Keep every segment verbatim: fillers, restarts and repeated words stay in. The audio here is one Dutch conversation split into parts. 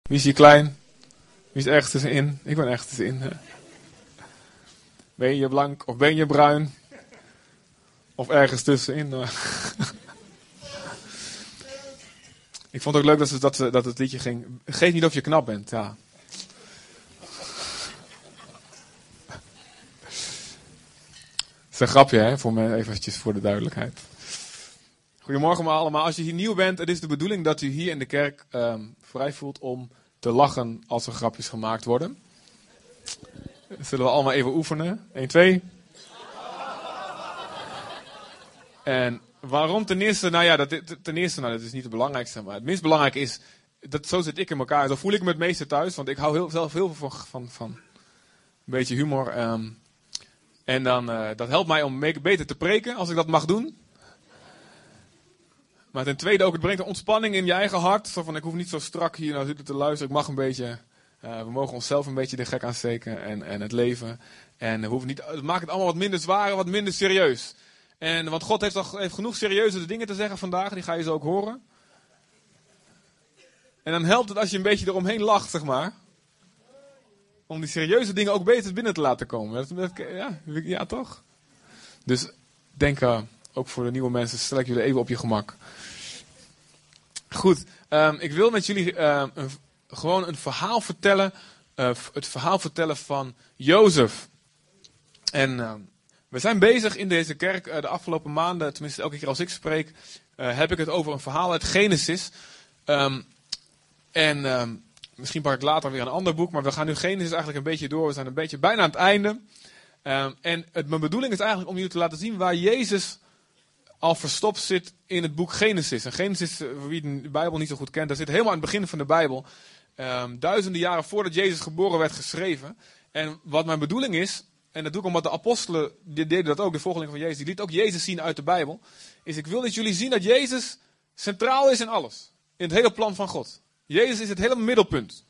Wie is hier klein? Wie is ergens tussenin? Ik ben ergens tussenin. Hè? Ben je blank of ben je bruin? Of ergens tussenin? Ik vond het ook leuk dat, ze, dat, ze, dat het liedje ging. Geef niet of je knap bent. Ja. Het is een grapje, hè? Voor me eventjes voor de duidelijkheid. Goedemorgen allemaal. Als je hier nieuw bent, het is de bedoeling dat u hier in de kerk um, vrij voelt om te lachen als er grapjes gemaakt worden. Dat zullen we allemaal even oefenen. één, twee. En waarom ten eerste? Nou ja, dat, ten eerste, nou, dat is niet het belangrijkste. Maar het minst belangrijke is, dat zo zit ik in elkaar. Zo voel ik me het meeste thuis. Want ik hou heel, zelf heel veel van, van, van een beetje humor. Um, en dan, uh, dat helpt mij om me- beter te preken, als ik dat mag doen. Maar ten tweede ook, het brengt een ontspanning in je eigen hart. Zo van, ik hoef niet zo strak hier naar zitten te luisteren. Ik mag een beetje, uh, we mogen onszelf een beetje de gek aansteken. En, en het leven. En we hoeven niet, het maakt het allemaal wat minder zwaar en wat minder serieus. En, want God heeft, al, heeft genoeg serieuze dingen te zeggen vandaag. Die ga je zo ook horen. En dan helpt het als je een beetje eromheen lacht, zeg maar. Om die serieuze dingen ook beter binnen te laten komen. Dat, dat, ja, ja, toch? Dus denk, uh, ook voor de nieuwe mensen, stel ik jullie even op je gemak. Goed, um, ik wil met jullie uh, een, gewoon een verhaal vertellen. Uh, het verhaal vertellen van Jozef. En uh, we zijn bezig in deze kerk uh, de afgelopen maanden, tenminste elke keer als ik spreek, uh, heb ik het over een verhaal uit Genesis. Um, en um, misschien pak ik later weer een ander boek, maar we gaan nu Genesis eigenlijk een beetje door. We zijn een beetje bijna aan het einde. Um, en het, mijn bedoeling is eigenlijk om jullie te laten zien waar Jezus al verstopt zit in het boek Genesis. En Genesis, voor wie de Bijbel niet zo goed kent, dat zit helemaal aan het begin van de Bijbel. Um, duizenden jaren voordat Jezus geboren werd geschreven. En wat mijn bedoeling is, en dat doe ik omdat de apostelen, die deden dat ook, de volgelingen van Jezus, die liet ook Jezus zien uit de Bijbel. Is ik wil dat jullie zien dat Jezus centraal is in alles. In het hele plan van God. Jezus is het hele middelpunt.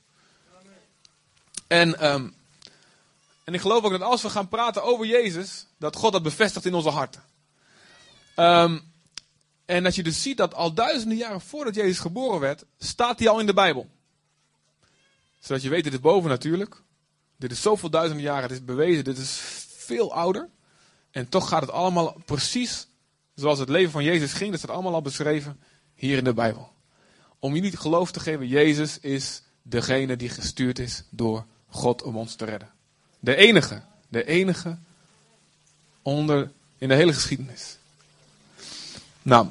En, um, en ik geloof ook dat als we gaan praten over Jezus, dat God dat bevestigt in onze harten. Um, en dat je dus ziet dat al duizenden jaren voordat Jezus geboren werd, staat hij al in de Bijbel. Zodat je weet, dit is boven natuurlijk. Dit is zoveel duizenden jaren, dit is bewezen, dit is veel ouder. En toch gaat het allemaal precies zoals het leven van Jezus ging. Dat staat allemaal al beschreven hier in de Bijbel. Om jullie geloof te geven, Jezus is degene die gestuurd is door God om ons te redden. De enige, de enige onder in de hele geschiedenis. Nou.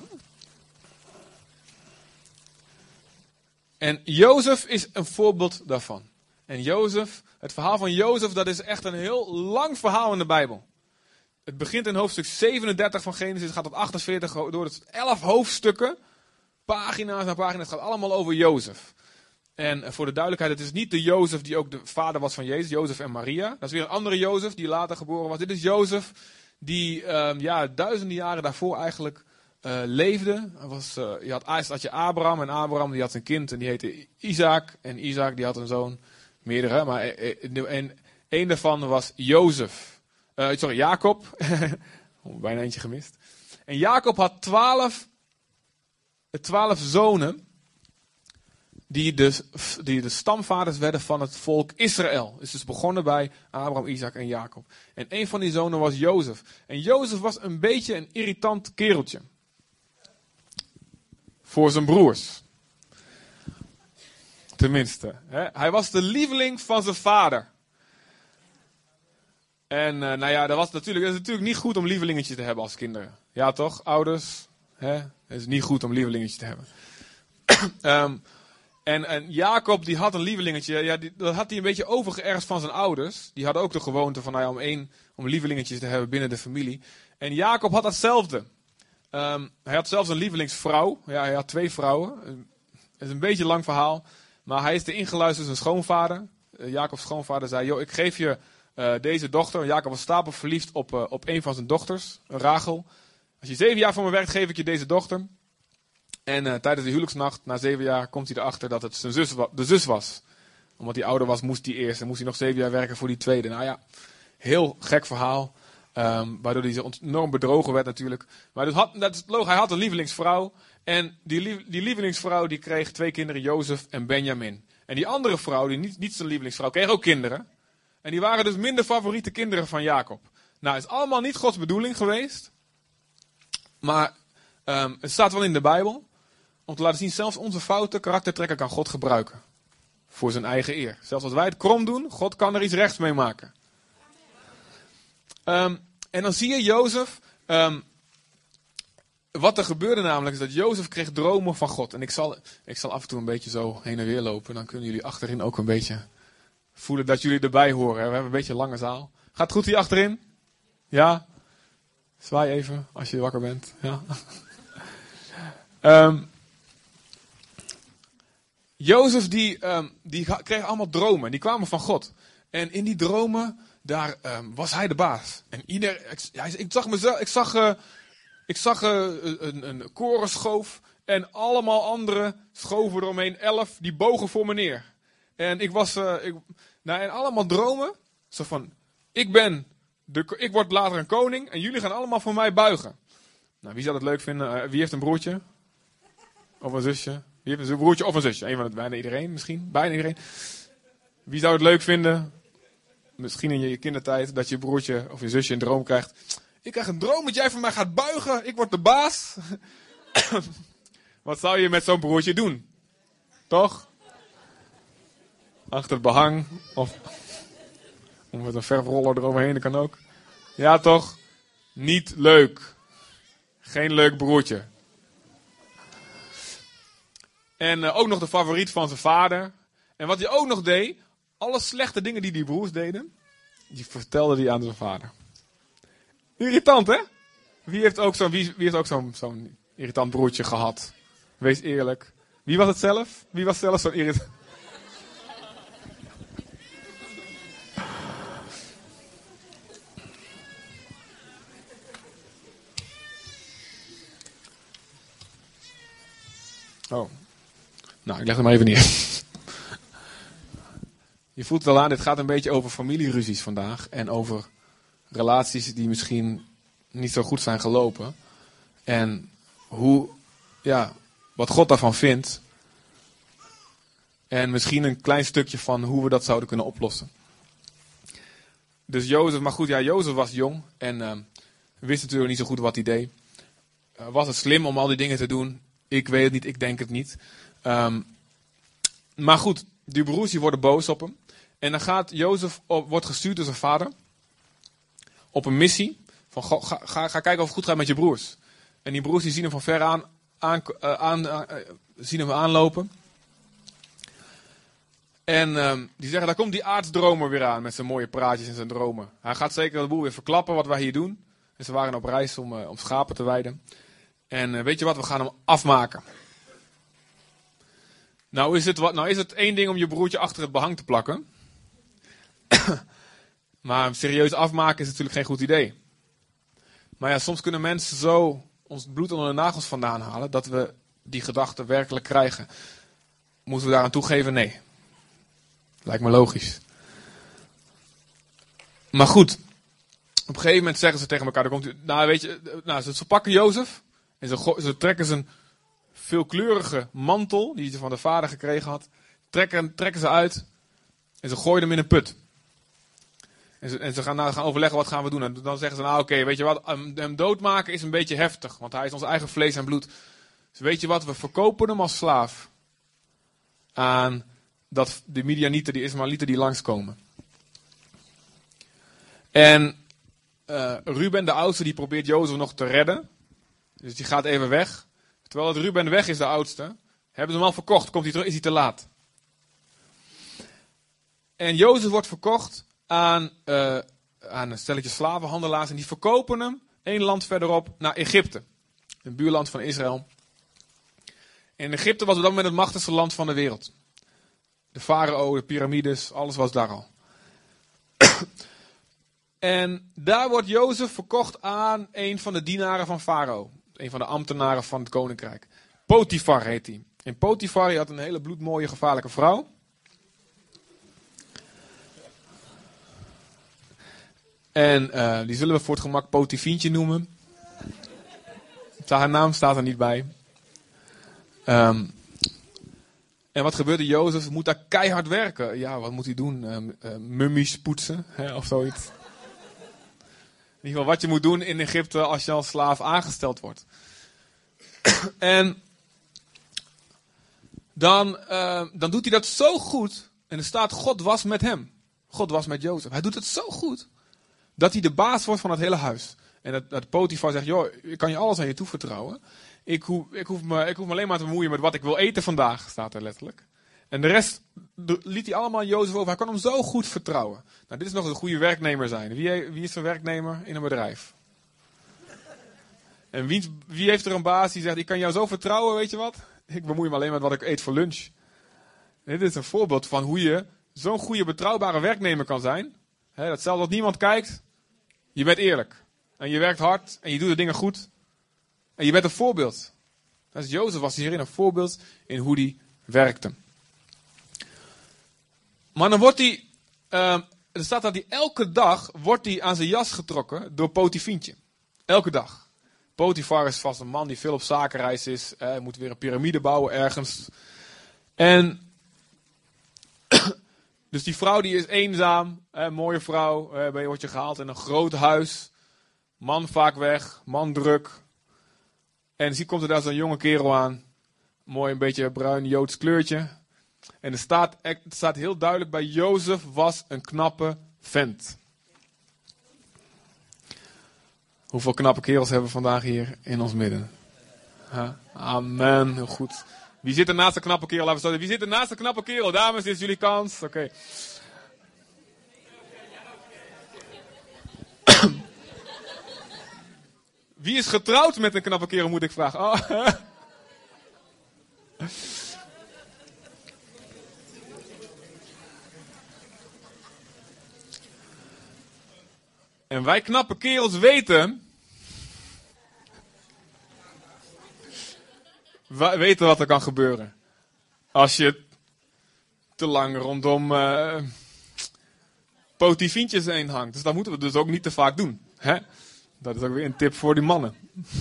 En Jozef is een voorbeeld daarvan. En Jozef, het verhaal van Jozef, dat is echt een heel lang verhaal in de Bijbel. Het begint in hoofdstuk zevenendertig van Genesis, het gaat tot achtenveertig door, het elf hoofdstukken, pagina's na pagina's, het gaat allemaal over Jozef. En voor de duidelijkheid, het is niet de Jozef die ook de vader was van Jezus, Jozef en Maria. Dat is weer een andere Jozef die later geboren was. Dit is Jozef die um, ja, duizenden jaren daarvoor eigenlijk uh, leefde. Was, uh, je had, eerst had je Abraham en Abraham die had een kind en die heette Isaac. En Isaac die had een zoon, meerdere, maar en één daarvan was Jozef. Uh, sorry, Jacob. Bijna eentje gemist. En Jacob had twaalf, twaalf zonen die de, die de stamvaders werden van het volk Israël. Het is dus begonnen bij Abraham, Isaac en Jacob. En een van die zonen was Jozef. En Jozef was een beetje een irritant kereltje. Voor zijn broers. Tenminste. Hè? Hij was de lieveling van zijn vader. En uh, nou ja, dat was natuurlijk, dat is natuurlijk niet goed om lievelingetjes te hebben als kinderen. Ja toch, ouders? Hè? Het is niet goed om lievelingetjes te hebben. um, En, en Jacob die had een lievelingetje, ja, die, dat had hij een beetje overgeërfd van zijn ouders. Die hadden ook de gewoonte van, nou ja, om één, om lievelingetjes te hebben binnen de familie. En Jacob had datzelfde. Um, hij had zelfs een lievelingsvrouw. Ja, hij had twee vrouwen. Het is een beetje een lang verhaal. Maar hij is de ingeluisterd zijn schoonvader. Uh, Jacobs schoonvader zei, joh, ik geef je uh, deze dochter. Jacob was stapel verliefd op, uh, op een van zijn dochters, Rachel. Als je zeven jaar voor me werkt, geef ik je deze dochter. En uh, tijdens de huwelijksnacht, na zeven jaar, komt hij erachter dat het zijn zus, de zus was. Omdat hij ouder was, moest hij eerst. En moest hij nog zeven jaar werken voor die tweede. Nou ja, heel gek verhaal. Um, waardoor hij enorm bedrogen werd natuurlijk. Maar dus had, dat is logisch, hij had een lievelingsvrouw. En die, die lievelingsvrouw die kreeg twee kinderen, Jozef en Benjamin. En die andere vrouw, die niet, niet zijn lievelingsvrouw, kreeg ook kinderen. En die waren dus minder favoriete kinderen van Jacob. Nou, het is allemaal niet Gods bedoeling geweest. Maar um, het staat wel in de Bijbel. Om te laten zien, zelfs onze foute karaktertrekken kan God gebruiken. Voor zijn eigen eer. Zelfs als wij het krom doen, God kan er iets rechts mee maken. Um, en dan zie je Jozef. Um, wat er gebeurde namelijk is dat Jozef kreeg dromen van God. En ik zal, ik zal af en toe een beetje zo heen en weer lopen. Dan kunnen jullie achterin ook een beetje voelen dat jullie erbij horen. We hebben een beetje een lange zaal. Gaat het goed hier achterin? Ja? Zwaai even als je wakker bent. Ja. um, Jozef die, um, die kreeg allemaal dromen. Die kwamen van God. En in die dromen, daar um, was hij de baas. En ieder, ik, ja, ik zag mezelf, ik zag, uh, ik zag uh, een, een korenschoof. En allemaal anderen schoven eromheen. Elf, die bogen voor me neer. En ik was, uh, ik, nou, en allemaal dromen. Zo van, ik ben, de, ik word later een koning. En jullie gaan allemaal voor mij buigen. Nou, wie zou dat leuk vinden? Uh, wie heeft een broertje? Of een zusje? Wie heeft een broertje of een zusje? Een van het, bijna iedereen misschien. Bijna iedereen. Wie zou het leuk vinden? Misschien in je kindertijd dat je broertje of je zusje een droom krijgt. Ik krijg een droom dat jij voor mij gaat buigen. Ik word de baas. Wat zou je met zo'n broertje doen? Toch? Achter het behang. Of met een verfroller eroverheen, dat kan ook. Ja toch? Niet leuk. Geen leuk broertje. En uh, ook nog de favoriet van zijn vader. En wat hij ook nog deed, alle slechte dingen die die broers deden, die vertelde hij aan zijn vader. Irritant, hè? Wie heeft ook zo'n, wie, wie heeft ook zo'n, zo'n irritant broertje gehad? Wees eerlijk. Wie was het zelf? Wie was zelf zo'n irritant? Oh. Nou, ik leg het maar even neer. Je voelt het al aan, dit gaat een beetje over familieruzies vandaag. En over relaties die misschien niet zo goed zijn gelopen. En hoe, ja, wat God daarvan vindt. En misschien een klein stukje van hoe we dat zouden kunnen oplossen. Dus Jozef, maar goed, ja, Jozef was jong. En uh, wist natuurlijk niet zo goed wat hij deed. Uh, was het slim om al die dingen te doen? Ik weet het niet, ik denk het niet. Um, maar goed, die broers die worden boos op hem. En dan gaat Jozef op, wordt gestuurd door zijn vader op een missie. Van, ga, ga, ga kijken of het goed gaat met je broers. En die broers die zien hem van ver aan, aan, uh, aan uh, zien hem aanlopen. En um, die zeggen, daar komt die aartsdromer weer aan met zijn mooie praatjes en zijn dromen. Hij gaat zeker de boel weer verklappen wat wij hier doen. En ze waren op reis om, uh, om schapen te weiden. En uh, weet je wat, we gaan hem afmaken. Nou is, het wat, nou is het één ding om je broertje achter het behang te plakken. Maar hem serieus afmaken is natuurlijk geen goed idee. Maar ja, soms kunnen mensen zo ons bloed onder de nagels vandaan halen dat we die gedachte werkelijk krijgen. Moeten we daaraan toegeven? Nee. Lijkt me logisch. Maar goed, op een gegeven moment zeggen ze tegen elkaar, dan komt u, nou weet je, nou, ze, ze pakken Jozef en ze, ze trekken zijn veelkleurige mantel, die hij van de vader gekregen had, trekken, trekken ze uit en ze gooien hem in een put. En ze, en ze gaan, nou, gaan overleggen, wat gaan we doen? En dan zeggen ze, nou oké, okay, weet je wat, hem doodmaken is een beetje heftig, want hij is ons eigen vlees en bloed. Dus weet je wat, we verkopen hem als slaaf aan dat de Midianieten, die Ismaëlieten die langskomen. En uh, Ruben, de oudste, die probeert Jozef nog te redden. Dus die gaat even weg. Terwijl het Ruben weg is, de oudste, hebben ze hem al verkocht. Komt hij terug, is hij te laat. En Jozef wordt verkocht aan, uh, aan een stelletje slavenhandelaars. En die verkopen hem één land verderop naar Egypte. Een buurland van Israël. En Egypte was op dat moment het machtigste land van de wereld. De farao, de piramides, alles was daar al. En daar wordt Jozef verkocht aan een van de dienaren van farao. Een van de ambtenaren van het koninkrijk. Potifar heet hij. En Potifar die had een hele bloedmooie gevaarlijke vrouw. En uh, die zullen we voor het gemak Potifientje noemen. Haar naam staat er niet bij. Um, En wat gebeurde? Jozef moet daar keihard werken. Ja, wat moet hij doen? Uh, uh, mummies poetsen, hè, of zoiets. In ieder geval wat je moet doen in Egypte als je als slaaf aangesteld wordt. En dan, uh, dan doet hij dat zo goed. En er staat, God was met hem. God was met Jozef. Hij doet het zo goed. Dat hij de baas wordt van het hele huis. En dat, dat Potifar zegt, joh, ik kan je alles aan je toevertrouwen. Ik hoef, ik, hoef me, ik hoef me alleen maar te bemoeien met wat ik wil eten vandaag, staat er letterlijk. En de rest de, liet hij allemaal aan Jozef over. Hij kon hem zo goed vertrouwen. Nou, dit is nog een goede werknemer zijn. Wie, wie is een werknemer in een bedrijf? En wie, wie heeft er een baas die zegt, ik kan jou zo vertrouwen, weet je wat? Ik bemoei me alleen met wat ik eet voor lunch. En dit is een voorbeeld van hoe je zo'n goede, betrouwbare werknemer kan zijn. He, dat zelfs als niemand kijkt, je bent eerlijk. En je werkt hard en je doet de dingen goed. En je bent een voorbeeld. Dus Jozef was hierin een voorbeeld in hoe hij werkte. Maar dan wordt hij, uh, er staat dat hij elke dag wordt hij aan zijn jas getrokken door Potifientje. Elke dag. Potifar is vast een man die veel op zakenreis is. Hij moet weer een piramide bouwen ergens. En dus die vrouw die is eenzaam, een mooie vrouw, eh, word je gehaald in een groot huis. Man vaak weg, man druk. En zie komt er daar zo'n jonge kerel aan. Mooi een beetje bruin Joods kleurtje. En er staat, er staat heel duidelijk bij, Jozef was een knappe vent. Hoeveel knappe kerels hebben we vandaag hier in ons midden? Ha? Amen, heel goed. Wie zit er naast de knappe kerel? Laten we zo. Wie zit er naast de knappe kerel? Dames, dit is jullie kans. Oké. Okay. Wie is getrouwd met een knappe kerel, moet ik vragen. Oh. En wij knappe kerels weten... We weten wat er kan gebeuren. Als je te lang rondom uh, Potifientjes heen hangt. Dus dat moeten we dus ook niet te vaak doen. Hè? Dat is ook weer een tip voor die mannen.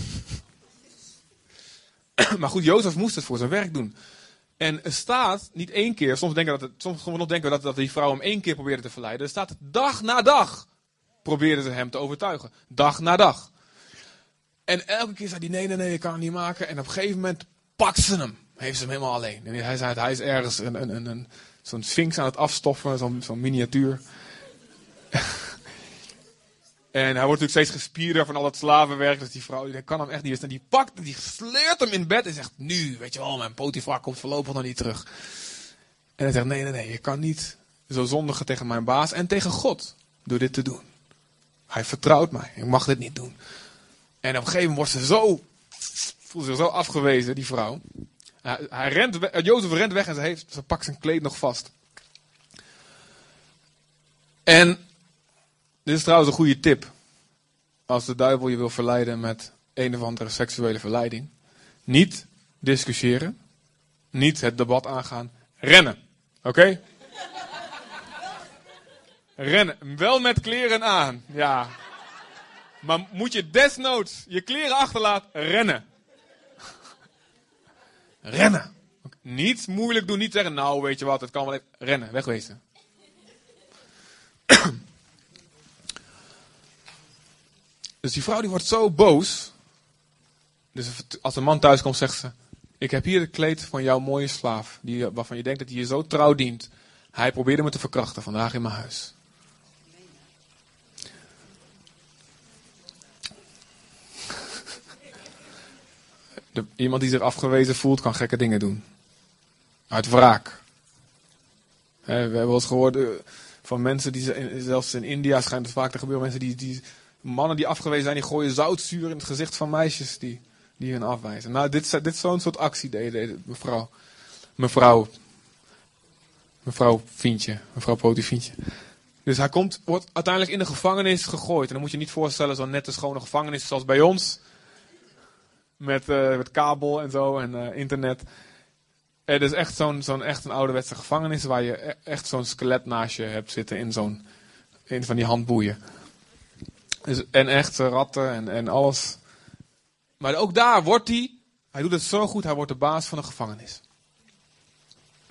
Maar goed, Jozef moest het voor zijn werk doen. En er staat niet één keer, soms denken we dat, het, soms nog denken we dat, dat die vrouw hem één keer probeerde te verleiden. Er staat dag na dag probeerden ze hem te overtuigen. Dag na dag. En elke keer zei hij, nee, nee, nee, ik kan het niet maken. En op een gegeven moment pakt ze hem. Heeft ze hem helemaal alleen. En hij zei, hij is ergens een, een, een, een, zo'n sphinx aan het afstoffen, zo'n, zo'n miniatuur. En hij wordt natuurlijk steeds gespierder van al dat slavenwerk. Dus die vrouw, die kan hem echt niet. En die pakt, die sleurt hem in bed en zegt, nu, weet je wel, mijn Potifar komt voorlopig nog niet terug. En hij zegt, nee, nee, nee, je kan niet zo zondigen tegen mijn baas en tegen God door dit te doen. Hij vertrouwt mij, ik mag dit niet doen. En op een gegeven moment wordt ze zo, voelt zich zo afgewezen, die vrouw. Hij, hij rent weg, Jozef rent weg en ze, heeft, ze pakt zijn kleed nog vast. En dit is trouwens een goede tip. Als de duivel je wil verleiden met een of andere seksuele verleiding. Niet discussiëren. Niet het debat aangaan. Rennen. Oké? Okay? Rennen. Wel met kleren aan. Ja. Maar moet je desnoods je kleren achterlaten. Rennen. Rennen. Niet moeilijk doen. Niet zeggen, nou weet je wat, het kan wel even. Rennen. Wegwezen. Dus die vrouw die wordt zo boos. Dus als een man thuis komt, zegt ze, ik heb hier het kleed van jouw mooie slaaf. Die, waarvan je denkt dat hij je zo trouw dient. Hij probeerde me te verkrachten vandaag in mijn huis. De, iemand die zich afgewezen voelt, kan gekke dingen doen. Uit wraak. He, we hebben wel eens gehoord uh, van mensen, die zelfs in India schijnt het vaak te gebeuren. Mensen die, die, mannen die afgewezen zijn, die gooien zoutzuur in het gezicht van meisjes die, die hun afwijzen. Nou, dit, dit is zo'n soort actie, deed, deed mevrouw. Mevrouw. Mevrouw Fientje. Mevrouw Potifientje. Dus hij komt, wordt uiteindelijk in de gevangenis gegooid. En dan moet je niet voorstellen, zo'n nette schone gevangenis zoals bij ons. Met, uh, met kabel en zo en uh, internet. Het is echt zo'n, zo'n echt een ouderwetse gevangenis waar je echt zo'n skelet naast je hebt zitten in zo'n, in van die handboeien. Dus, en echt ratten en, en alles. Maar ook daar wordt hij, hij doet het zo goed, hij wordt de baas van de gevangenis.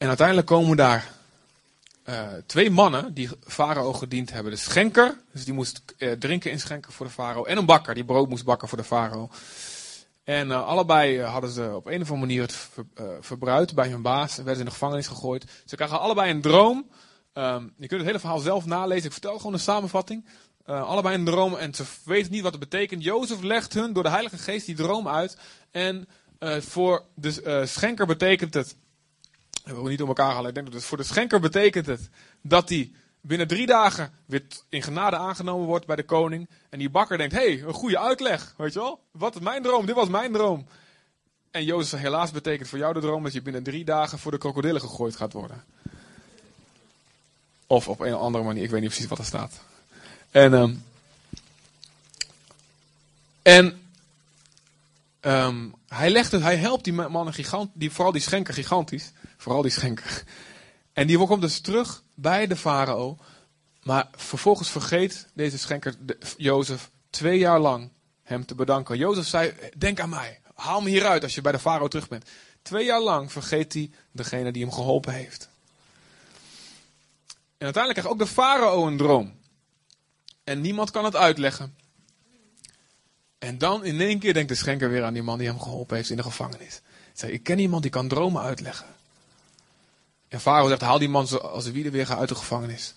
En uiteindelijk komen daar uh, twee mannen die farao gediend hebben. De schenker, dus die moest uh, drinken inschenken voor de farao. En een bakker, die brood moest bakken voor de farao. En uh, allebei uh, hadden ze op een of andere manier het ver, uh, verbruikt bij hun baas. En werden ze in de gevangenis gegooid. Ze krijgen allebei een droom. Um, je kunt het hele verhaal zelf nalezen. Ik vertel gewoon een samenvatting. Uh, allebei een droom en ze weten niet wat het betekent. Jozef legt hun door de Heilige Geest die droom uit. En uh, voor de uh, schenker betekent het... We willen niet om elkaar halen. Ik denk dat het voor de schenker betekent het dat hij binnen drie dagen weer in genade aangenomen wordt bij de koning. En die bakker denkt, hé, hey, een goede uitleg. Weet je wel? Wat is mijn droom? Dit was mijn droom. En Jozef, helaas betekent voor jou de droom dat je binnen drie dagen voor de krokodillen gegooid gaat worden. Of op een andere manier. Ik weet niet precies wat er staat. En, um, en um, hij legt het, hij helpt die mannen gigant, die, vooral die schenker gigantisch. Vooral die schenker. En die komt dus terug bij de farao. Maar vervolgens vergeet deze schenker de, Jozef twee jaar lang hem te bedanken. Jozef zei, denk aan mij. Haal me hieruit als je bij de farao terug bent. Twee jaar lang vergeet hij degene die hem geholpen heeft. En uiteindelijk krijgt ook de farao een droom. En niemand kan het uitleggen. En dan in één keer denkt de schenker weer aan die man die hem geholpen heeft in de gevangenis. Hij zei, ik ken iemand die kan dromen uitleggen. En farao zegt, haal die man als de wielen weer uit de gevangenis.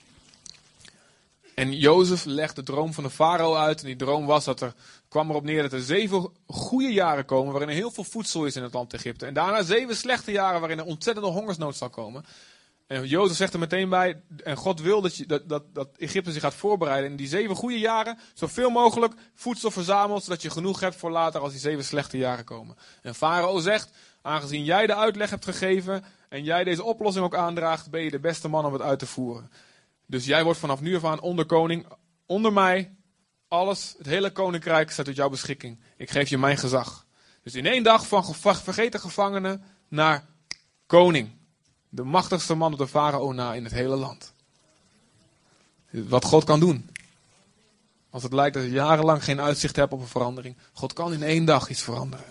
En Jozef legt de droom van de farao uit. En die droom was dat er, kwam erop neer dat er zeven goede jaren komen waarin er heel veel voedsel is in het land Egypte. En daarna zeven slechte jaren waarin er ontzettende hongersnood zal komen. En Jozef zegt er meteen bij, en God wil dat, je, dat, dat, dat Egypte zich gaat voorbereiden in die zeven goede jaren, zoveel mogelijk voedsel verzamelt, zodat je genoeg hebt voor later als die zeven slechte jaren komen. En Farao zegt, aangezien jij de uitleg hebt gegeven en jij deze oplossing ook aandraagt, ben je de beste man om het uit te voeren. Dus jij wordt vanaf nu af aan onderkoning, onder mij, alles, het hele koninkrijk staat tot jouw beschikking. Ik geef je mijn gezag. Dus in één dag van vergeten gevangenen naar koning. De machtigste man op de farao na in het hele land. Wat God kan doen. Als het lijkt dat je jarenlang geen uitzicht hebt op een verandering. God kan in één dag iets veranderen.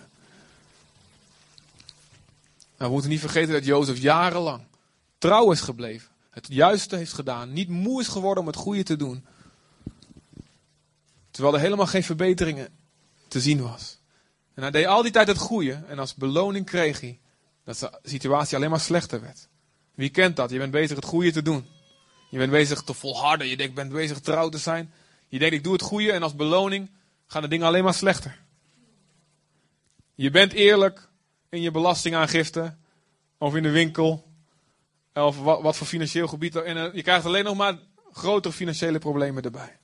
Nou, we moeten niet vergeten dat Jozef jarenlang trouw is gebleven. Het juiste heeft gedaan. Niet moe is geworden om het goede te doen. Terwijl er helemaal geen verbeteringen te zien was. En hij deed al die tijd het goede. En als beloning kreeg hij dat de situatie alleen maar slechter werd. Wie kent dat? Je bent bezig het goede te doen. Je bent bezig te volharden. Je denkt, bent bezig trouw te zijn. Je denkt, ik doe het goede en als beloning gaan de dingen alleen maar slechter. Je bent eerlijk in je belastingaangifte. Of in de winkel. Of wat, wat voor financieel gebied. En je krijgt alleen nog maar grotere financiële problemen erbij.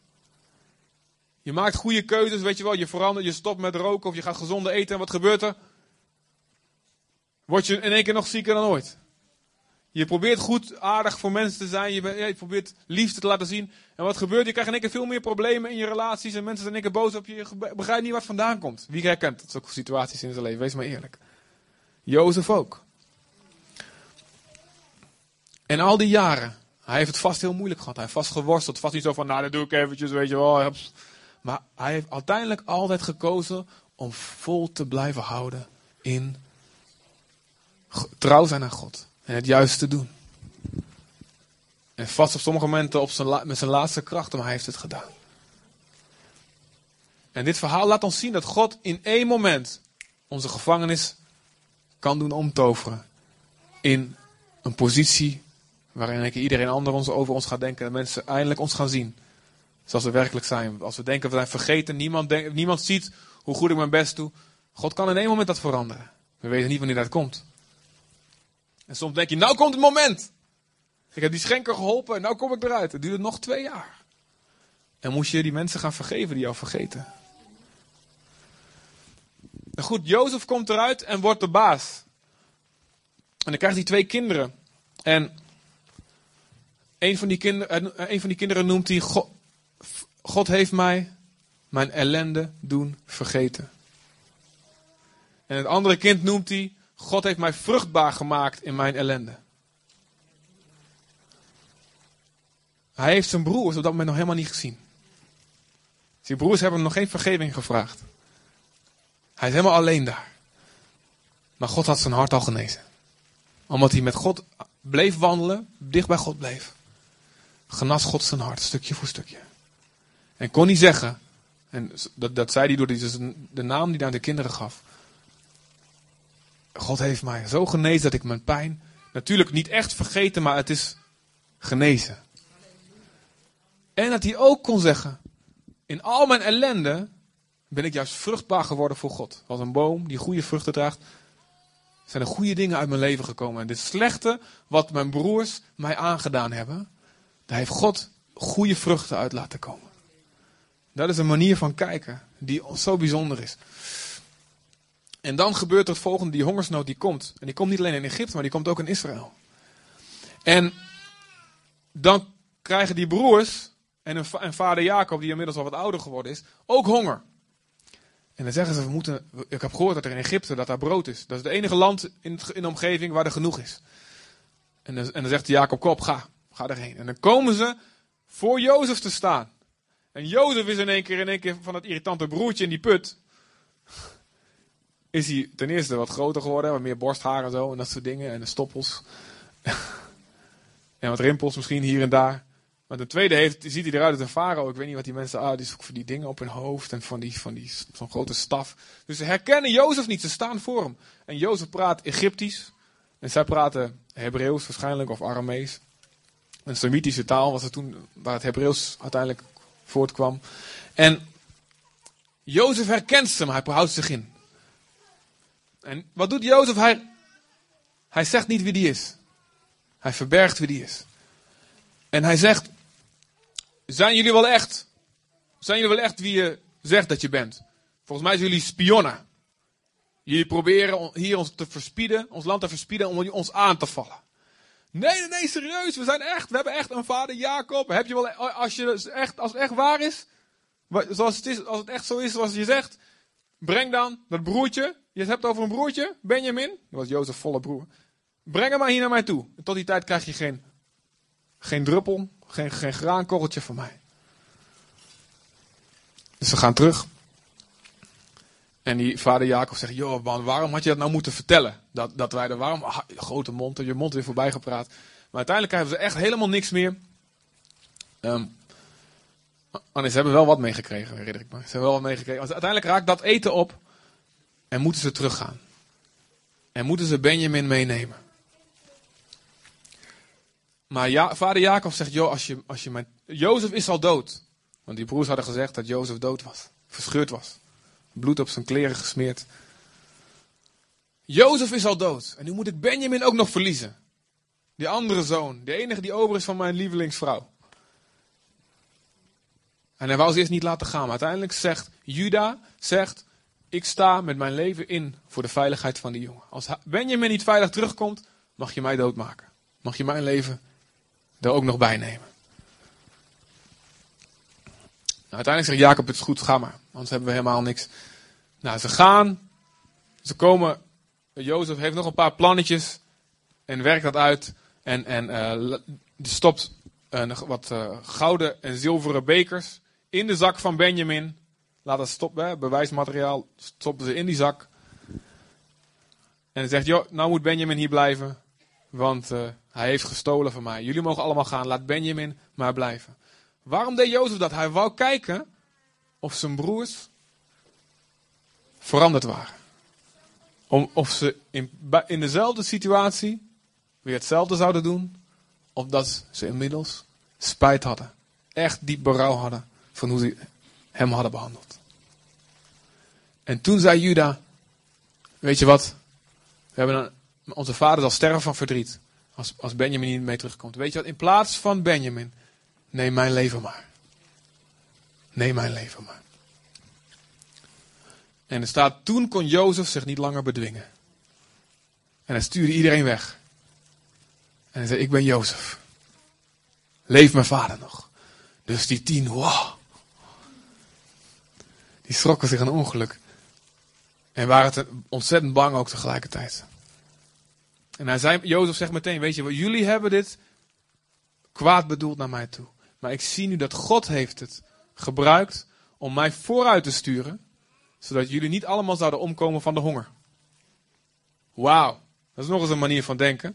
Je maakt goede keuzes, weet je wel. Je verandert, je stopt met roken of je gaat gezonder eten. En wat gebeurt er? Word je in één keer nog zieker dan ooit. Je probeert goed, aardig voor mensen te zijn. Je, ben, ja, je probeert liefde te laten zien. En wat gebeurt? Je krijgt in één keer veel meer problemen in je relaties. En mensen zijn in één keer boos op je. Je begrijpt niet waar het vandaan komt. Wie herkent dat? Zulke situaties in zijn leven. Wees maar eerlijk. Jozef ook. En al die jaren. Hij heeft het vast heel moeilijk gehad. Hij heeft vast geworsteld. Vast niet zo van, nou dat doe ik eventjes, weet je wel. Maar hij heeft uiteindelijk altijd gekozen om vol te blijven houden in trouw zijn aan God. En het juiste doen. En vast op sommige momenten op zijn la- met zijn laatste krachten, maar hij heeft het gedaan. En dit verhaal laat ons zien dat God in één moment onze gevangenis kan doen omtoveren. In een positie waarin iedereen ander ons, over ons gaat denken. En mensen eindelijk ons gaan zien. Zoals we werkelijk zijn. Als we denken we zijn vergeten. Niemand, denk, niemand ziet hoe goed ik mijn best doe. God kan in één moment dat veranderen. We weten niet wanneer dat komt. En soms denk je, nou komt het moment. Ik heb die schenker geholpen en nou kom ik eruit. Het duurt nog twee jaar. En moest je die mensen gaan vergeven die jou vergeten. En goed, Jozef komt eruit en wordt de baas. En dan krijgt hij twee kinderen. En een van die kinderen, een van die kinderen noemt hij, God, God heeft mij mijn ellende doen vergeten. En het andere kind noemt hij, God heeft mij vruchtbaar gemaakt in mijn ellende. Hij heeft zijn broers op dat moment nog helemaal niet gezien. Zijn broers hebben hem nog geen vergeving gevraagd. Hij is helemaal alleen daar. Maar God had zijn hart al genezen. Omdat hij met God bleef wandelen, dicht bij God bleef. Genas God zijn hart, stukje voor stukje. En kon niet zeggen, en dat, dat zei hij door die, de naam die hij aan de kinderen gaf. God heeft mij zo genezen dat ik mijn pijn, natuurlijk niet echt vergeten, maar het is genezen. En dat hij ook kon zeggen, in al mijn ellende ben ik juist vruchtbaar geworden voor God. Als een boom die goede vruchten draagt, zijn er goede dingen uit mijn leven gekomen. En dit slechte wat mijn broers mij aangedaan hebben, daar heeft God goede vruchten uit laten komen. Dat is een manier van kijken die zo bijzonder is. En dan gebeurt er het volgende, die hongersnood die komt. En die komt niet alleen in Egypte, maar die komt ook in Israël. En dan krijgen die broers en een va- en vader Jacob, die inmiddels al wat ouder geworden is, ook honger. En dan zeggen ze, we moeten, ik heb gehoord dat er in Egypte, dat daar brood is. Dat is het enige land in, het, in de omgeving waar er genoeg is. En dan, en dan zegt Jacob, kom op, ga, ga erheen. En dan komen ze voor Jozef te staan. En Jozef is in één keer, in één keer van dat irritante broertje in die put. Is hij ten eerste wat groter geworden, wat meer borsthaar en zo en dat soort dingen. En de stoppels. En wat rimpels misschien hier en daar. Maar ten tweede heeft, ziet hij eruit als een farao. Ik weet niet wat die mensen, ah, die zoeken voor die dingen op hun hoofd en van die, van die, zo'n grote staf. Dus ze herkennen Jozef niet, ze staan voor hem. En Jozef praat Egyptisch. En zij praten Hebreeuws waarschijnlijk, of Aramees. Een Semitische taal was het toen, waar het Hebreeuws uiteindelijk voortkwam. En Jozef herkent ze, maar hij houdt zich in. En wat doet Jozef? Hij, hij zegt niet wie die is. Hij verbergt wie die is. En hij zegt, zijn jullie wel echt? Zijn jullie wel echt wie je zegt dat je bent? Volgens mij zijn jullie spionnen. Jullie proberen hier ons te verspieden, ons land te verspieden om ons aan te vallen. Nee, nee, nee, serieus. We zijn echt, we hebben echt een vader Jacob. Heb je wel, als, je echt, als het echt waar is, zoals het is, als het echt zo is zoals je zegt, breng dan dat broertje. Je hebt het over een broertje, Benjamin. Dat was Jozef volle broer. Breng hem maar hier naar mij toe. En tot die tijd krijg je geen, geen druppel, geen, geen graankorreltje van mij. Dus ze gaan terug. En die vader Jacob zegt, joh man, waarom had je dat nou moeten vertellen? Dat, dat wij er, waarom, ah, grote mond, je mond weer voorbij gepraat. Maar uiteindelijk hebben ze echt helemaal niks meer. Um, oh nee, ze hebben wel wat meegekregen, herinner ik me. Ze hebben wel wat meegekregen. Uiteindelijk raakt dat eten op. En moeten ze teruggaan. En moeten ze Benjamin meenemen. Maar ja, vader Jacob zegt, joh, als je, als je mijn... Jozef is al dood. Want die broers hadden gezegd dat Jozef dood was. Verscheurd was. Bloed op zijn kleren gesmeerd. Jozef is al dood. En nu moet ik Benjamin ook nog verliezen. Die andere zoon. De enige die over is van mijn lievelingsvrouw. En hij wou ze eerst niet laten gaan. Maar uiteindelijk zegt Juda, zegt, ik sta met mijn leven in voor de veiligheid van die jongen. Als Benjamin niet veilig terugkomt, mag je mij doodmaken. Mag je mijn leven er ook nog bij nemen. Nou, uiteindelijk zegt Jacob, het is goed, ga maar. Anders hebben we helemaal niks. Nou, ze gaan. Ze komen. Jozef heeft nog een paar plannetjes. En werkt dat uit. En, en uh, die stopt uh, wat uh, gouden en zilveren bekers in de zak van Benjamin. Laat dat stoppen, hè, bewijsmateriaal. Stoppen ze in die zak. En hij zegt, joh, nou moet Benjamin hier blijven. Want uh, hij heeft gestolen van mij. Jullie mogen allemaal gaan. Laat Benjamin maar blijven. Waarom deed Jozef dat? Hij wou kijken of zijn broers veranderd waren. Om, of ze in, in dezelfde situatie weer hetzelfde zouden doen. Of dat ze inmiddels spijt hadden. Echt diep berouw hadden van hoe ze hem hadden behandeld. En toen zei Juda, weet je wat? We hebben een, onze vader zal sterven van verdriet. Als, als Benjamin niet mee terugkomt. Weet je wat? In plaats van Benjamin, neem mijn leven maar. Neem mijn leven maar. En er staat, toen kon Jozef zich niet langer bedwingen. En hij stuurde iedereen weg. En hij zei, ik ben Jozef. Leeft mijn vader nog? Dus die tien, wow. Die schrokken zich een ongeluk. En waren ontzettend bang ook tegelijkertijd. En hij zei, Jozef zegt meteen, weet je, jullie hebben dit kwaad bedoeld naar mij toe. Maar ik zie nu dat God heeft het gebruikt om mij vooruit te sturen. Zodat jullie niet allemaal zouden omkomen van de honger. Wauw. Dat is nog eens een manier van denken.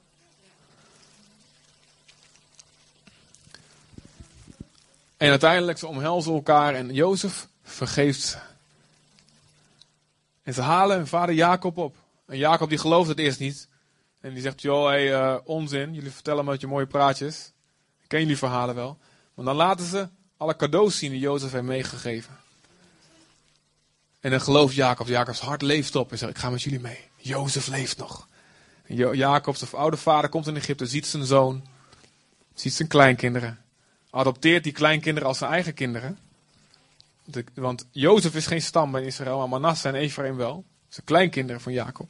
En uiteindelijk, ze omhelzen elkaar en Jozef vergeeft ze. En ze halen hun vader Jacob op. En Jacob die gelooft het eerst niet. En die zegt, joh, hey, uh, onzin. Jullie vertellen me met je mooie praatjes. Ik ken jullie verhalen wel. Maar dan laten ze alle cadeaus zien die Jozef heeft meegegeven. En dan gelooft Jacob. Jacobs hart leeft op. En zegt, ik ga met jullie mee. Jozef leeft nog. En jo- Jacob, zijn oude vader, komt in Egypte. Ziet zijn zoon. Ziet zijn kleinkinderen. Adopteert die kleinkinderen als zijn eigen kinderen. De, want Jozef is geen stam bij Israël. Maar Manasse en Ephraim wel. Zijn kleinkinderen van Jacob.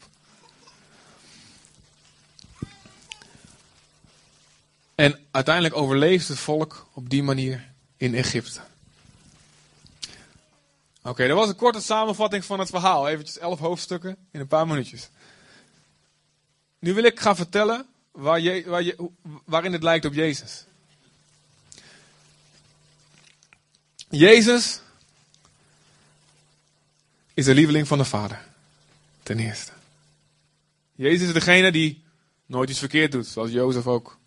En uiteindelijk overleeft het volk op die manier in Egypte. Oké, okay, dat was een korte samenvatting van het verhaal. Eventjes elf hoofdstukken in een paar minuutjes. Nu wil ik gaan vertellen waar je, waar je, waarin het lijkt op Jezus. Jezus is de lieveling van de Vader. Ten eerste. Jezus is degene die nooit iets verkeerd doet, zoals Jozef ook.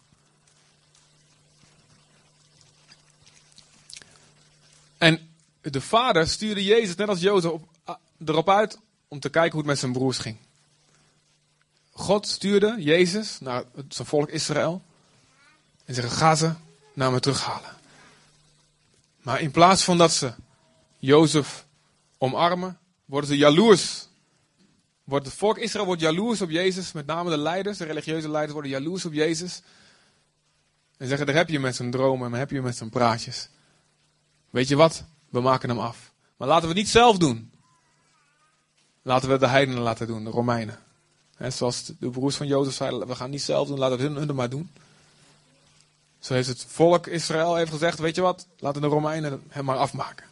En de Vader stuurde Jezus, net als Jozef, op, erop uit om te kijken hoe het met zijn broers ging. God stuurde Jezus naar zijn volk Israël. En zeggen, ga ze naar me terughalen. Maar in plaats van dat ze Jozef omarmen, worden ze jaloers. Wordt het volk Israël wordt jaloers op Jezus. Met name de leiders, de religieuze leiders worden jaloers op Jezus. En zeggen, daar heb je met zijn dromen en daar heb je met zijn praatjes. Weet je wat? We maken hem af. Maar laten we het niet zelf doen. Laten we de heidenen laten doen, de Romeinen. He, zoals de broers van Jozef zeiden, we gaan het niet zelf doen, laten we hun, hun het maar doen. Zo heeft het volk Israël heeft gezegd, weet je wat? Laten de Romeinen hem maar afmaken.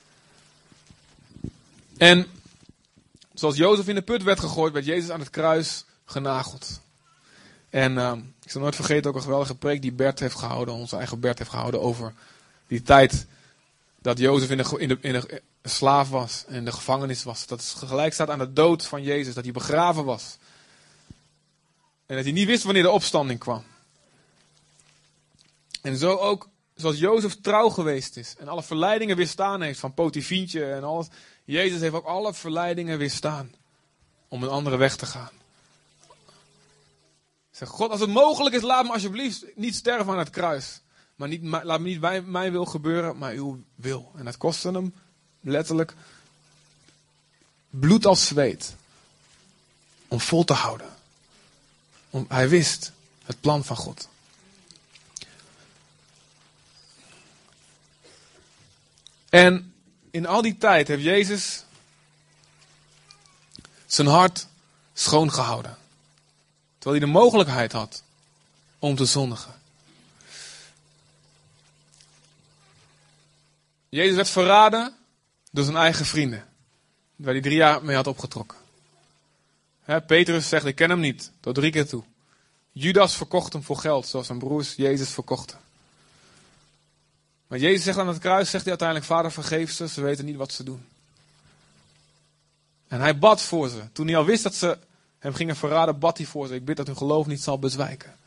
En zoals Jozef in de put werd gegooid, werd Jezus aan het kruis genageld. En uh, ik zal nooit vergeten ook een geweldige preek die Bert heeft gehouden, onze eigen Bert heeft gehouden over die tijd dat Jozef in de, in de, in de slaaf was en in de gevangenis was. Dat het gelijk staat aan de dood van Jezus, dat hij begraven was. En dat hij niet wist wanneer de opstanding kwam. En zo ook, zoals Jozef trouw geweest is en alle verleidingen weerstaan heeft van Potifientje en alles. Jezus heeft ook alle verleidingen weerstaan om een andere weg te gaan. Zeg, God, als het mogelijk is, laat me alsjeblieft niet sterven aan het kruis. Maar niet, laat me niet mijn, mijn wil gebeuren, maar uw wil. En dat kostte hem letterlijk bloed als zweet. Om vol te houden. Om, hij wist het plan van God. En in al die tijd heeft Jezus zijn hart schoongehouden. Terwijl hij de mogelijkheid had om te zondigen. Jezus werd verraden door zijn eigen vrienden. Waar hij drie jaar mee had opgetrokken. He, Petrus zegt, ik ken hem niet. Tot drie keer toe. Judas verkocht hem voor geld, zoals zijn broers Jezus verkochten. Maar Jezus zegt aan het kruis, zegt hij uiteindelijk, Vader vergeef ze, ze weten niet wat ze doen. En hij bad voor ze. Toen hij al wist dat ze hem gingen verraden, bad hij voor ze. Ik bid dat hun geloof niet zal bezwijken.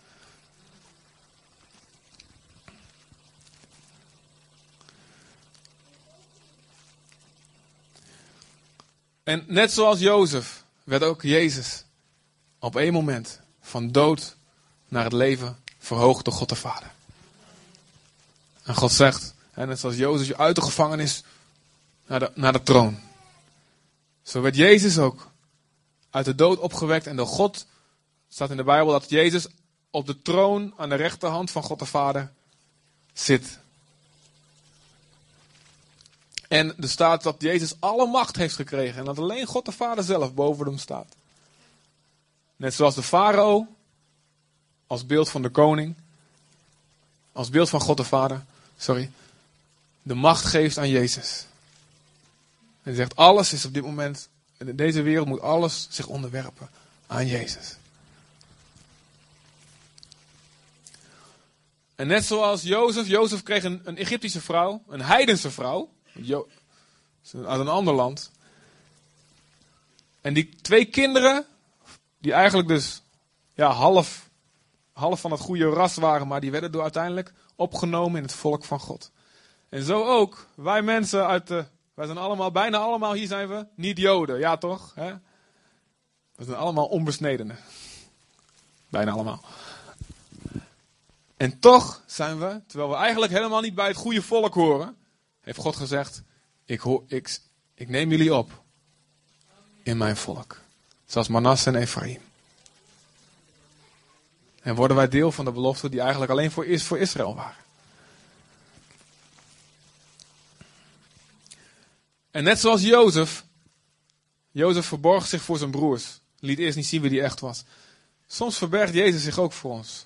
En net zoals Jozef werd ook Jezus op één moment van dood naar het leven verhoogd door God de Vader. En God zegt, en net zoals Jozef je uit de gevangenis naar de, naar de troon. Zo werd Jezus ook uit de dood opgewekt en door God, staat in de Bijbel dat Jezus op de troon aan de rechterhand van God de Vader zit. En er staat dat Jezus alle macht heeft gekregen en dat alleen God de Vader zelf boven hem staat. Net zoals de farao, als beeld van de koning, als beeld van God de Vader, sorry, de macht geeft aan Jezus. En hij zegt, alles is op dit moment, in deze wereld moet alles zich onderwerpen aan Jezus. En net zoals Jozef, Jozef kreeg een, een Egyptische vrouw, een heidense vrouw, Jo, uit een ander land. En die twee kinderen die eigenlijk dus ja, half, half van het goede ras waren, maar die werden door uiteindelijk opgenomen in het volk van God. En zo ook, wij mensen uit de, wij zijn allemaal, bijna allemaal, hier zijn we, niet Joden, ja toch? Hè? We zijn allemaal onbesnedenen. Bijna allemaal. En toch zijn we, terwijl we eigenlijk helemaal niet bij het goede volk horen, heeft God gezegd, ik, hoor, ik, ik neem jullie op in mijn volk. Zoals Manasse en Ephraim. En worden wij deel van de belofte die eigenlijk alleen voor, is, voor Israël waren. En net zoals Jozef. Jozef verborg zich voor zijn broers. Liet eerst niet zien wie hij echt was. Soms verbergt Jezus zich ook voor ons.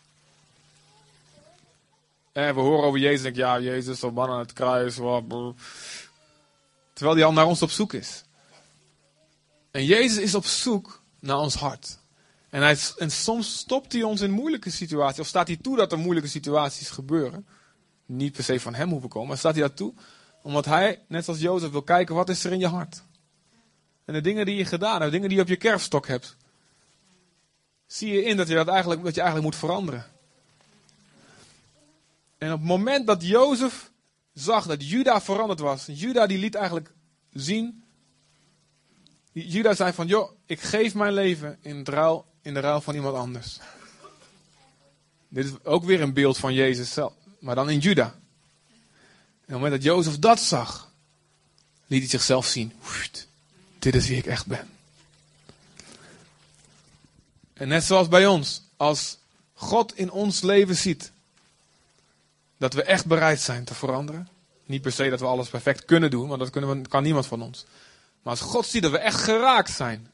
En we horen over Jezus en denken, ja, Jezus, zo'n man aan het kruis. Terwijl hij al naar ons op zoek is. En Jezus is op zoek naar ons hart. En, hij, en soms stopt hij ons in moeilijke situaties. Of staat hij toe dat er moeilijke situaties gebeuren. Niet per se van hem hoeven komen. Maar staat hij dat toe. Omdat hij, net als Jozef, wil kijken wat is er in je hart. En de dingen die je gedaan hebt. Dingen die je op je kerfstok hebt. Zie je in dat je dat eigenlijk, dat je eigenlijk moet veranderen. En op het moment dat Jozef zag dat Juda veranderd was. Juda die liet eigenlijk zien. Juda zei van, joh, ik geef mijn leven in, het ruil, in de ruil van iemand anders. Dit is ook weer een beeld van Jezus zelf. Maar dan in Juda. En op het moment dat Jozef dat zag. Liet hij zichzelf zien. Dit is wie ik echt ben. En net zoals bij ons. Als God in ons leven ziet. Dat we echt bereid zijn te veranderen. Niet per se dat we alles perfect kunnen doen. Want dat kunnen we, kan niemand van ons. Maar als God ziet dat we echt geraakt zijn.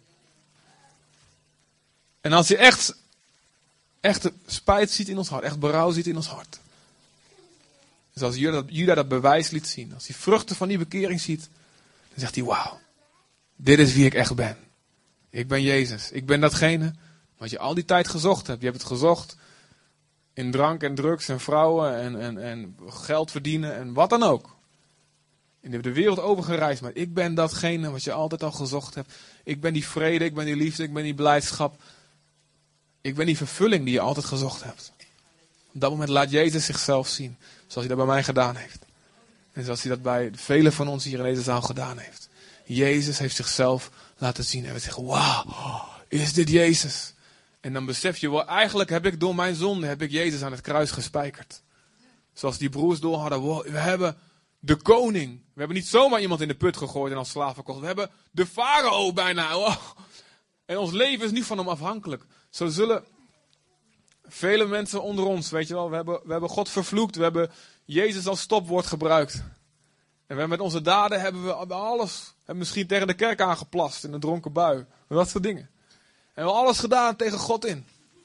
En als hij echt, echt spijt ziet in ons hart. Echt berouw ziet in ons hart. Dus als Juda, Juda dat bewijs liet zien. Als hij vruchten van die bekering ziet. Dan zegt hij, wauw. Dit is wie ik echt ben. Ik ben Jezus. Ik ben datgene wat je al die tijd gezocht hebt. Je hebt het gezocht in drank en drugs en vrouwen en, en, en geld verdienen en wat dan ook. En je hebt de wereld overgereisd, maar ik ben datgene wat je altijd al gezocht hebt. Ik ben die vrede, ik ben die liefde, ik ben die blijdschap. Ik ben die vervulling die je altijd gezocht hebt. Op dat moment laat Jezus zichzelf zien, zoals hij dat bij mij gedaan heeft. En zoals hij dat bij velen van ons hier in deze zaal gedaan heeft. Jezus heeft zichzelf laten zien en we zeggen, wauw, is dit Jezus? En dan besef je wel, eigenlijk heb ik door mijn zonde, heb ik Jezus aan het kruis gespijkerd. Zoals die broers door hadden, wow, we hebben de koning. We hebben niet zomaar iemand in de put gegooid en als slaaf verkocht. We hebben de farao bijna. Wow. En ons leven is niet van hem afhankelijk. Zo zullen vele mensen onder ons, weet je wel, we hebben, we hebben God vervloekt. We hebben Jezus als stopwoord gebruikt. En we hebben met onze daden hebben we alles. We hebben misschien tegen de kerk aangeplast in een dronken bui. Dat soort dingen. En we hebben alles gedaan tegen God in.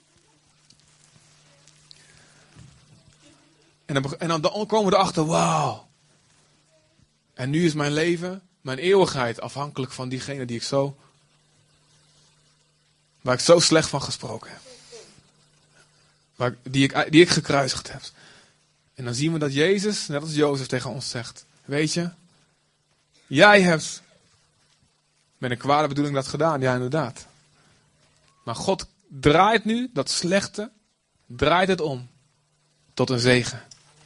En dan, en dan komen we erachter, wauw. En nu is mijn leven, mijn eeuwigheid afhankelijk van diegene die ik zo, waar ik zo slecht van gesproken heb. Waar ik, die, ik, die ik gekruisigd heb. En dan zien we dat Jezus, net als Jozef tegen ons zegt, weet je, jij hebt met een kwade bedoeling dat gedaan, ja inderdaad. Maar God draait nu dat slechte, draait het om tot een zegen.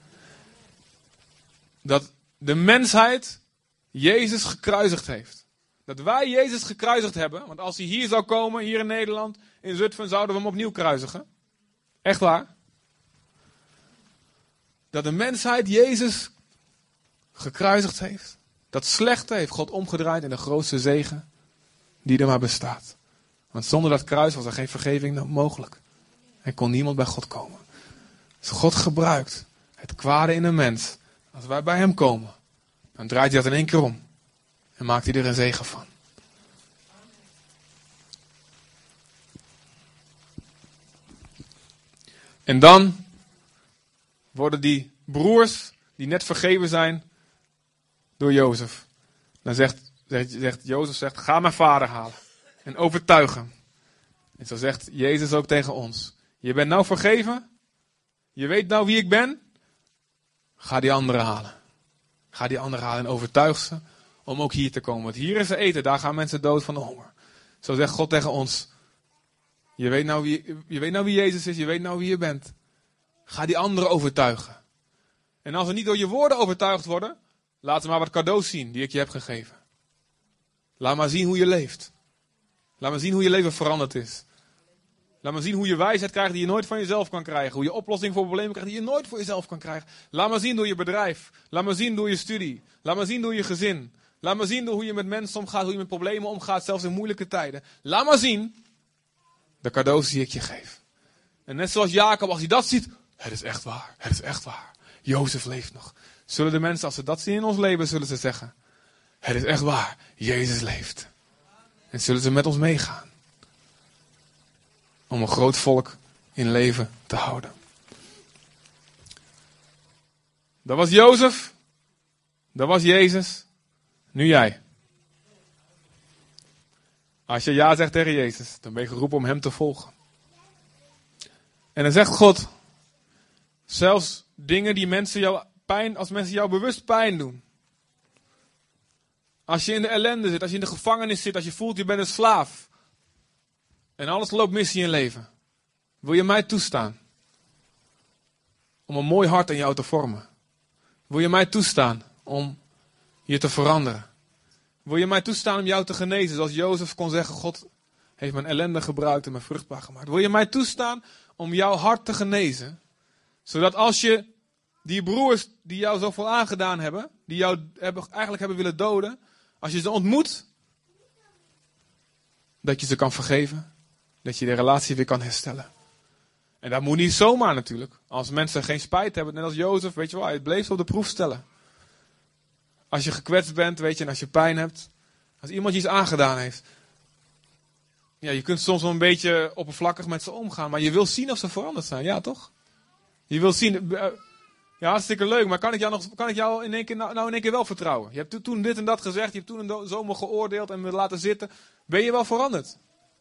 Dat de mensheid Jezus gekruisigd heeft. Dat wij Jezus gekruisigd hebben. Want als hij hier zou komen, hier in Nederland, in Zutphen, zouden we hem opnieuw kruisigen. Echt waar. Dat de mensheid Jezus gekruisigd heeft. Dat slechte heeft God omgedraaid in de grootste zegen die er maar bestaat. Want zonder dat kruis was er geen vergeving mogelijk. En kon niemand bij God komen. Dus God gebruikt het kwade in een mens. Als wij bij hem komen, dan draait hij dat in één keer om. En maakt hij er een zegen van. En dan worden die broers, die net vergeven zijn door Jozef. Dan zegt, zegt, zegt Jozef, zegt, ga mijn vader halen. En overtuig hem. En zo zegt Jezus ook tegen ons. Je bent nou vergeven. Je weet nou wie ik ben. Ga die anderen halen. Ga die anderen halen en overtuig ze om ook hier te komen. Want hier is er eten, daar gaan mensen dood van de honger. Zo zegt God tegen ons. Je weet nou wie, je weet nou wie Jezus is, je weet nou wie je bent. Ga die anderen overtuigen. En als ze niet door je woorden overtuigd worden, laat ze maar wat cadeaus zien die ik je heb gegeven. Laat maar zien hoe je leeft. Laat maar zien hoe je leven veranderd is. Laat maar zien hoe je wijsheid krijgt die je nooit van jezelf kan krijgen. Hoe je oplossing voor problemen krijgt die je nooit voor jezelf kan krijgen. Laat maar zien door je bedrijf. Laat maar zien door je studie. Laat maar zien door je gezin. Laat maar zien door hoe je met mensen omgaat, hoe je met problemen omgaat, zelfs in moeilijke tijden. Laat maar zien de cadeaus die ik je geef. En net zoals Jacob, als hij dat ziet, het is echt waar, het is echt waar. Jozef leeft nog. Zullen de mensen, als ze dat zien in ons leven, zullen ze zeggen, het is echt waar, Jezus leeft. En zullen ze met ons meegaan. Om een groot volk in leven te houden. Dat was Jozef. Dat was Jezus. Nu jij. Als je ja zegt tegen Jezus, dan ben je geroepen om hem te volgen. En dan zegt God, zelfs dingen die mensen jou pijn, als mensen jou bewust pijn doen. Als je in de ellende zit, als je in de gevangenis zit, als je voelt je bent een slaaf. En alles loopt mis in je leven. Wil je mij toestaan om een mooi hart in jou te vormen? Wil je mij toestaan om je te veranderen? Wil je mij toestaan om jou te genezen? Zoals Jozef kon zeggen, God heeft mijn ellende gebruikt en me vruchtbaar gemaakt. Wil je mij toestaan om jouw hart te genezen? Zodat als je die broers die jou zoveel aangedaan hebben, die jou hebben, eigenlijk hebben willen doden, als je ze ontmoet, dat je ze kan vergeven. Dat je de relatie weer kan herstellen. En dat moet niet zomaar natuurlijk. Als mensen geen spijt hebben, net als Jozef, weet je wel, hij bleef ze op de proef stellen. Als je gekwetst bent, weet je, en als je pijn hebt. Als iemand je iets aangedaan heeft. Ja, je kunt soms wel een beetje oppervlakkig met ze omgaan. Maar je wil zien of ze veranderd zijn. Ja, toch? Je wil zien. Ja, hartstikke leuk. Maar kan ik jou, nog, kan ik jou in één keer, nou, nou in één keer wel vertrouwen? Je hebt toen dit en dat gezegd. Je hebt toen een zomer geoordeeld en me laten zitten. Ben je wel veranderd?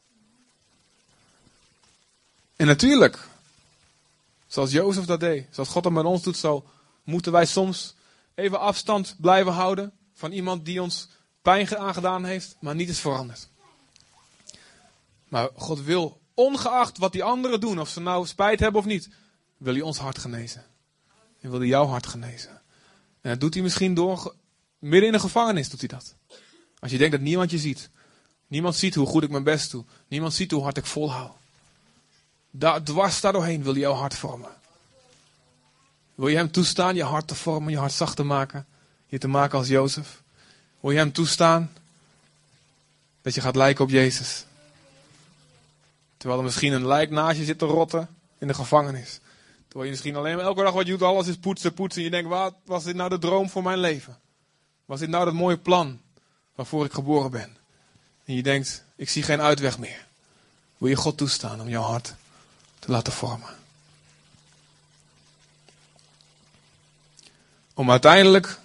En natuurlijk. Zoals Jozef dat deed. Zoals God dat met ons doet. Zo moeten wij soms even afstand blijven houden. Van iemand die ons pijn aangedaan heeft. Maar niet is veranderd. Maar God wil, ongeacht wat die anderen doen, of ze nou spijt hebben of niet, wil hij ons hart genezen. En wil hij jouw hart genezen. En dat doet hij misschien door, midden in de gevangenis doet hij dat. Als je denkt dat niemand je ziet. Niemand ziet hoe goed ik mijn best doe. Niemand ziet hoe hard ik volhoud. Daar, dwars daardoorheen wil hij jouw hart vormen. Wil je hem toestaan je hart te vormen, je hart zacht te maken. Je te maken als Jozef. Wil je hem toestaan dat je gaat lijken op Jezus. Terwijl er misschien een lijk naast je zit te rotten in de gevangenis. Terwijl je misschien alleen maar elke dag wat je doet, alles is poetsen, poetsen. En je denkt, wat was dit nou de droom voor mijn leven? Was dit nou dat mooie plan waarvoor ik geboren ben? En je denkt, ik zie geen uitweg meer. Wil je God toestaan om jouw hart te laten vormen? Om uiteindelijk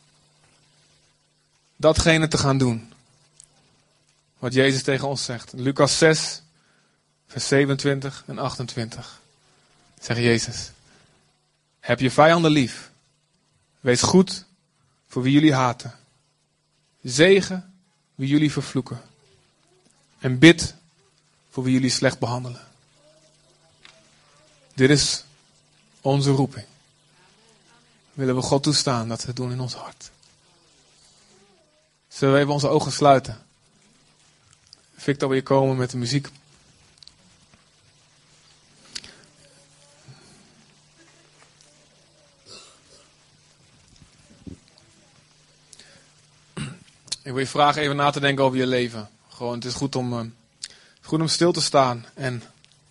datgene te gaan doen wat Jezus tegen ons zegt. Lucas zes, vers zevenentwintig en achtentwintig. Zegt Jezus. Heb je vijanden lief. Wees goed voor wie jullie haten. Zegen wie jullie vervloeken. En bid voor wie jullie slecht behandelen. Dit is onze roeping. Willen we God toestaan dat we het doen in ons hart. Zullen we even onze ogen sluiten? Victor wil je komen met de muziek. Ik wil je vragen even na te denken over je leven. Gewoon, het is goed om, uh, goed om stil te staan. En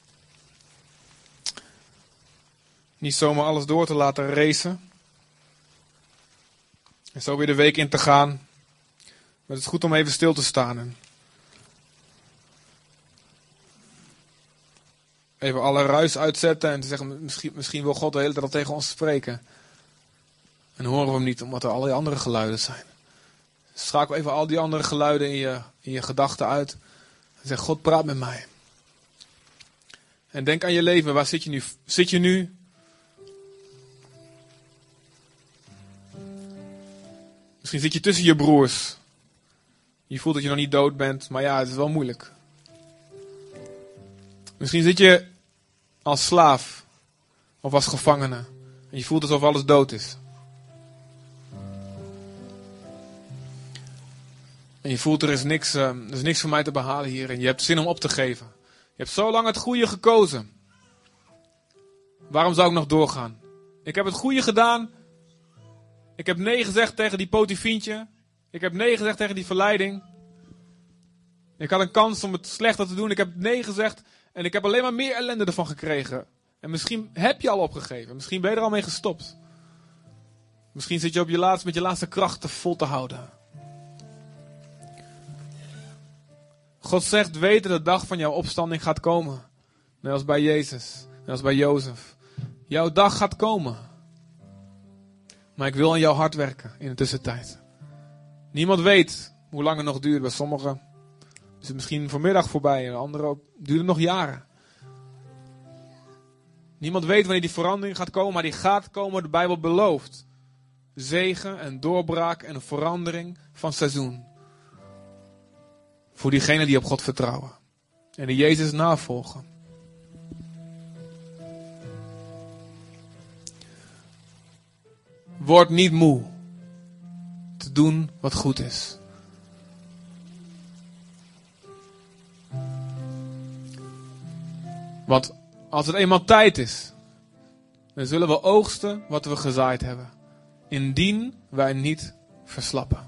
niet zomaar alles door te laten racen. En zo weer de week in te gaan. Maar het is goed om even stil te staan. En even alle ruis uitzetten en te zeggen, misschien, misschien wil God de hele tijd al tegen ons spreken. En horen we hem niet, omdat er allerlei andere geluiden zijn. Schakel even al die andere geluiden in je, in je gedachten uit. En zeg, God, praat met mij. En denk aan je leven. Waar zit je nu? Zit je nu? Misschien zit je tussen je broers. Je voelt dat je nog niet dood bent. Maar ja, het is wel moeilijk. Misschien zit je als slaaf of als gevangene. En je voelt alsof alles dood is. En je voelt er is niks, uh, er is niks voor mij te behalen hier. En je hebt zin om op te geven. Je hebt zo lang het goede gekozen. Waarom zou ik nog doorgaan? Ik heb het goede gedaan. Ik heb nee gezegd tegen die Potifientje. Ik heb nee gezegd tegen die verleiding. Ik had een kans om het slechter te doen. Ik heb nee gezegd. En ik heb alleen maar meer ellende ervan gekregen. En misschien heb je al opgegeven. Misschien ben je er al mee gestopt. Misschien zit je op je laatst met je laatste krachten vol te houden. God zegt, weet dat de dag van jouw opstanding gaat komen. Net als bij Jezus. Net als bij Jozef. Jouw dag gaat komen. Maar ik wil aan jouw hart werken in de tussentijd. Niemand weet hoe lang het nog duurt. Bij sommigen is het misschien vanmiddag voorbij. En bij anderen duurt het nog jaren. Niemand weet wanneer die verandering gaat komen. Maar die gaat komen, de Bijbel belooft. Zegen en doorbraak en een verandering van seizoen. Voor diegenen die op God vertrouwen. En die Jezus navolgen. Word niet moe te doen wat goed is. Want als het eenmaal tijd is, dan zullen we oogsten wat we gezaaid hebben. Indien wij niet verslappen.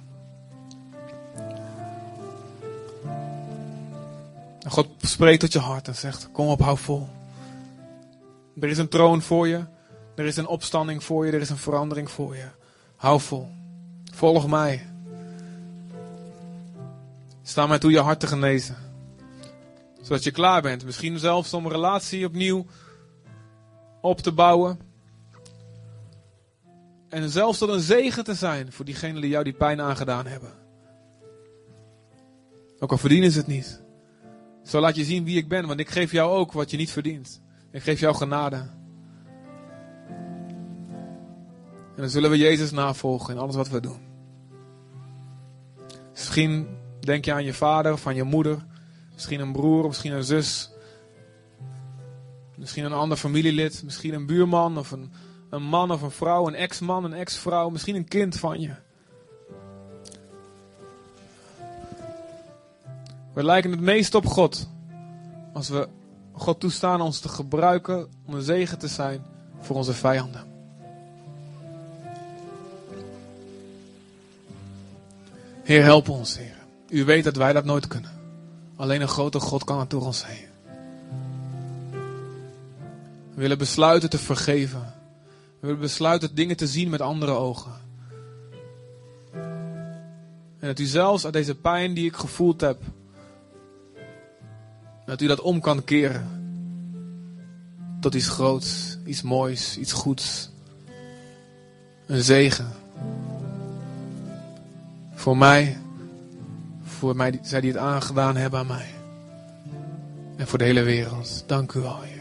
En God spreekt tot je hart en zegt, kom op, hou vol. Er is een troon voor je. Er is een opstanding voor je. Er is een verandering voor je. Hou vol. Volg mij. Sta mij toe je hart te genezen. Zodat je klaar bent. Misschien zelfs om een relatie opnieuw op te bouwen. En zelfs tot een zegen te zijn voor diegenen die jou die pijn aangedaan hebben. Ook al verdienen ze het niet. Zo laat je zien wie ik ben. Want ik geef jou ook wat je niet verdient. Ik geef jou genade. En dan zullen we Jezus navolgen in alles wat we doen. Misschien denk je aan je vader of aan je moeder. Misschien een broer, misschien een zus. Misschien een ander familielid. Misschien een buurman of een, een man of een vrouw. Een ex-man, een ex-vrouw. Misschien een kind van je. We lijken het meest op God. Als we God toestaan ons te gebruiken om een zegen te zijn voor onze vijanden. Heer, help ons, Heer. U weet dat wij dat nooit kunnen. Alleen een grote God kan het door ons heen. We willen besluiten te vergeven. We willen besluiten dingen te zien met andere ogen. En dat u zelfs uit deze pijn die ik gevoeld heb, dat u dat om kan keren. Tot iets groots, iets moois, iets goeds. Een zegen. Voor mij, voor mij, zij die het aangedaan hebben aan mij. En voor de hele wereld. Dank u wel, Heer.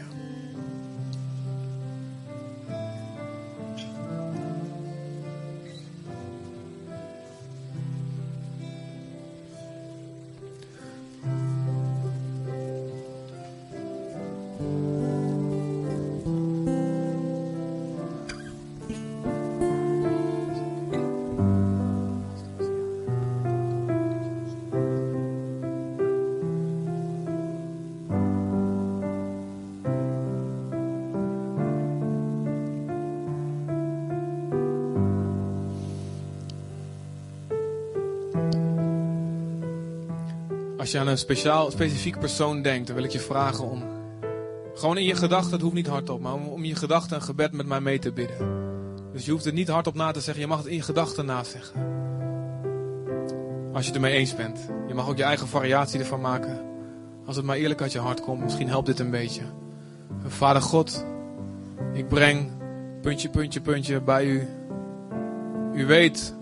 Als je aan een speciaal, specifiek persoon denkt, dan wil ik je vragen om gewoon in je gedachten, het hoeft niet hardop, maar om, om je gedachten een gebed met mij mee te bidden. Dus je hoeft het niet hardop na te zeggen, je mag het in je gedachten nazeggen. Als je het ermee eens bent. Je mag ook je eigen variatie ervan maken. Als het maar eerlijk uit je hart komt, misschien helpt dit een beetje. Vader God, ik breng puntje, puntje, puntje bij u. U weet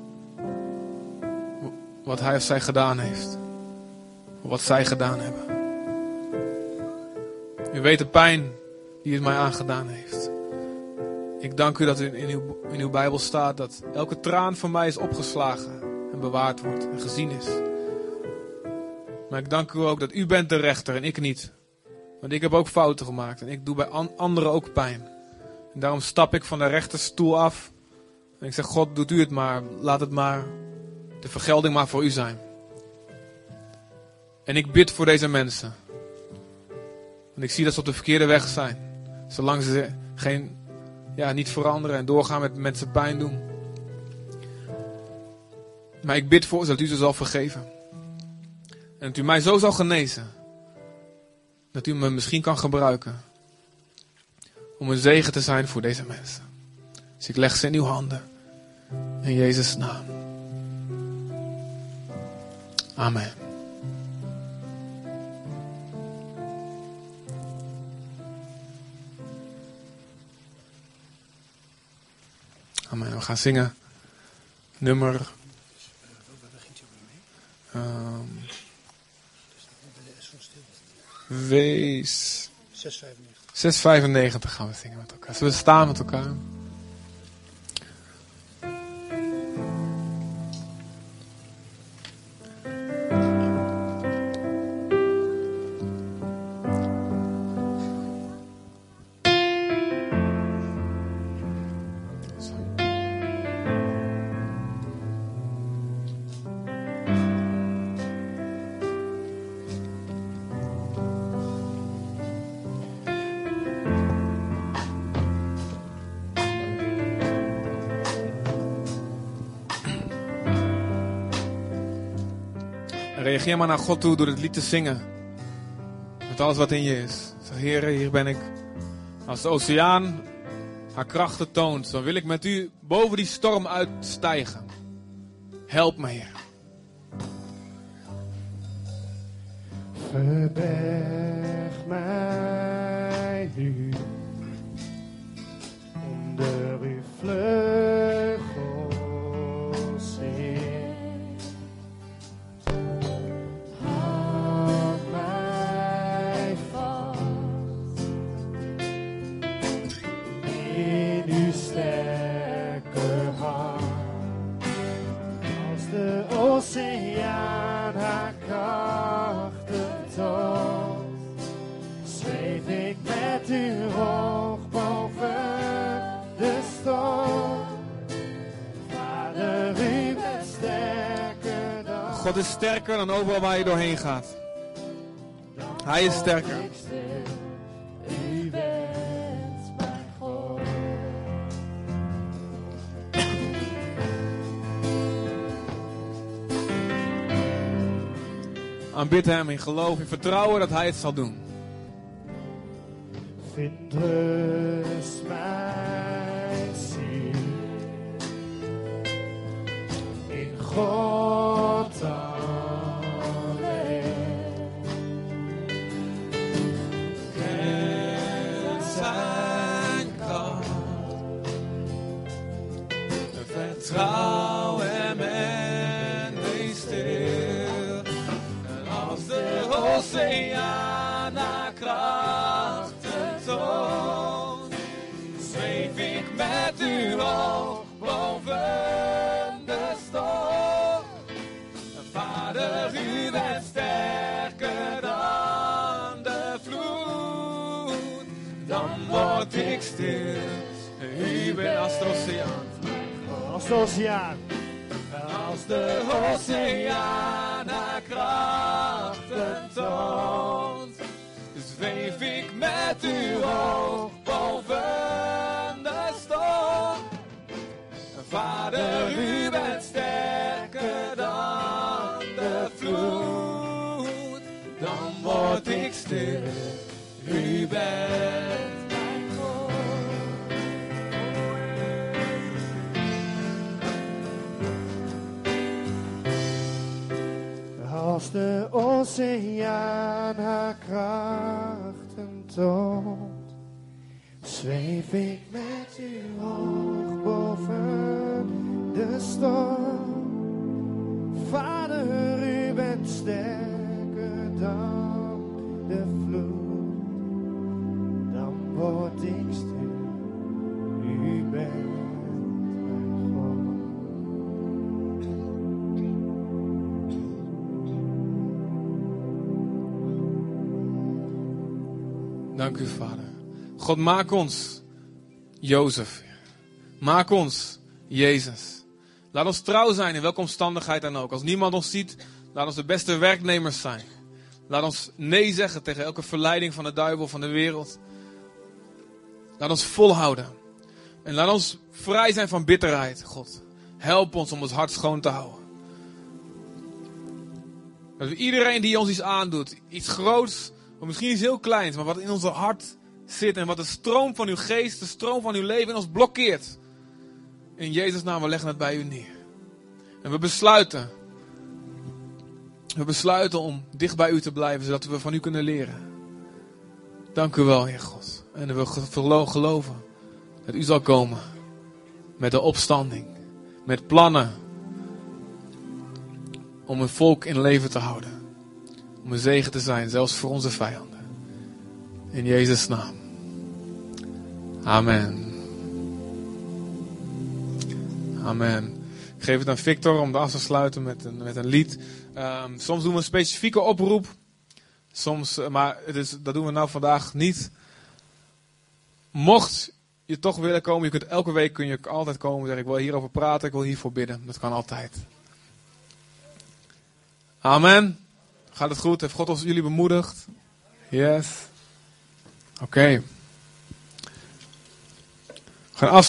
wat hij of zij gedaan heeft. Wat zij gedaan hebben. U weet de pijn die het mij aangedaan heeft. Ik dank u dat in, in, uw, in uw Bijbel staat dat elke traan van mij is opgeslagen en bewaard wordt en gezien is. Maar ik dank u ook dat u bent de rechter en ik niet. Want ik heb ook fouten gemaakt. En ik doe bij an- anderen ook pijn. En daarom stap ik van de rechterstoel af. En ik zeg, God, doet u het maar. Laat het maar, de vergelding maar voor u zijn. En ik bid voor deze mensen. Want ik zie dat ze op de verkeerde weg zijn. Zolang ze geen, ja, niet veranderen en doorgaan met mensen pijn doen. Maar ik bid voor ze dat u ze zal vergeven. En dat u mij zo zal genezen. Dat u me misschien kan gebruiken. Om een zegen te zijn voor deze mensen. Dus ik leg ze in uw handen. In Jezus' naam. Amen. Amen. We gaan zingen. Nummer. Um, wees. zes vijfennegentig gaan we zingen met elkaar. Zullen we staan met elkaar? Reageer maar naar God toe door het lied te zingen. Met alles wat in je is. Zeg, Heer, hier ben ik. Als de oceaan haar krachten toont, dan wil ik met u boven die storm uitstijgen. Help me, Heer. Verberg mij nu onder uw vleugels, Heer. Houd mij vast in uw sterke hand, als de oceaan haar krachten toont, zweef ik met u hoog boven de storm. Vader, u bent sterker dan. God is sterker dan overal waar je doorheen gaat. Hij is sterker. U bent mijn God. Aanbid hem in geloof, in vertrouwen dat hij het zal doen. Vind rust mijn ziel in God alleen. En zijn kracht, vertrouw hem en wees stil. En als de oceaan haar krachten toont, zweef ik met u hoog boven de storm. Vader, u bent sterker dan de vloed. Dan word ik stil. U bent als de oceaan. Als de oceaan. Als de oceaan haar krachten toont, zweef ik met u hoog boven de storm. Vader, u bent sterker dan de vloed. Dan word ik stil. U bent mijn God. Als de oceaan haar krachten toont, zweef ik met u hoog boven de storm. Vader, u bent sterker dan de vloed. Dan word ik stil, u bent mijn God. Dank u, Vader. God, maak ons Jozef. Maak ons Jezus. Laat ons trouw zijn in welke omstandigheid dan ook. Als niemand ons ziet, laat ons de beste werknemers zijn. Laat ons nee zeggen tegen elke verleiding van de duivel, van de wereld. Laat ons volhouden. En laat ons vrij zijn van bitterheid, God. Help ons om ons hart schoon te houden. Dat iedereen die ons iets aandoet, iets groots, of misschien iets heel kleins, maar wat in ons hart zit en wat de stroom van uw geest, de stroom van uw leven in ons blokkeert. In Jezus' naam, we leggen het bij u neer. En we besluiten, we besluiten om dicht bij u te blijven, zodat we van u kunnen leren. Dank u wel, Heer God. En we geloven dat u zal komen met de opstanding, met plannen om een volk in leven te houden. Om een zegen te zijn, zelfs voor onze vijanden. In Jezus' naam. Amen. Amen. Ik geef het aan Victor om de af te sluiten met een, met een lied. Um, soms doen we een specifieke oproep. Soms, maar het is, dat doen we nou vandaag niet. Mocht je toch willen komen, je kunt elke week kun je altijd komen en zeggen, ik wil hierover praten, ik wil hiervoor bidden. Dat kan altijd. Amen. Gaat het goed? Heeft God ons jullie bemoedigd? Yes. Oké. Okay. We gaan af.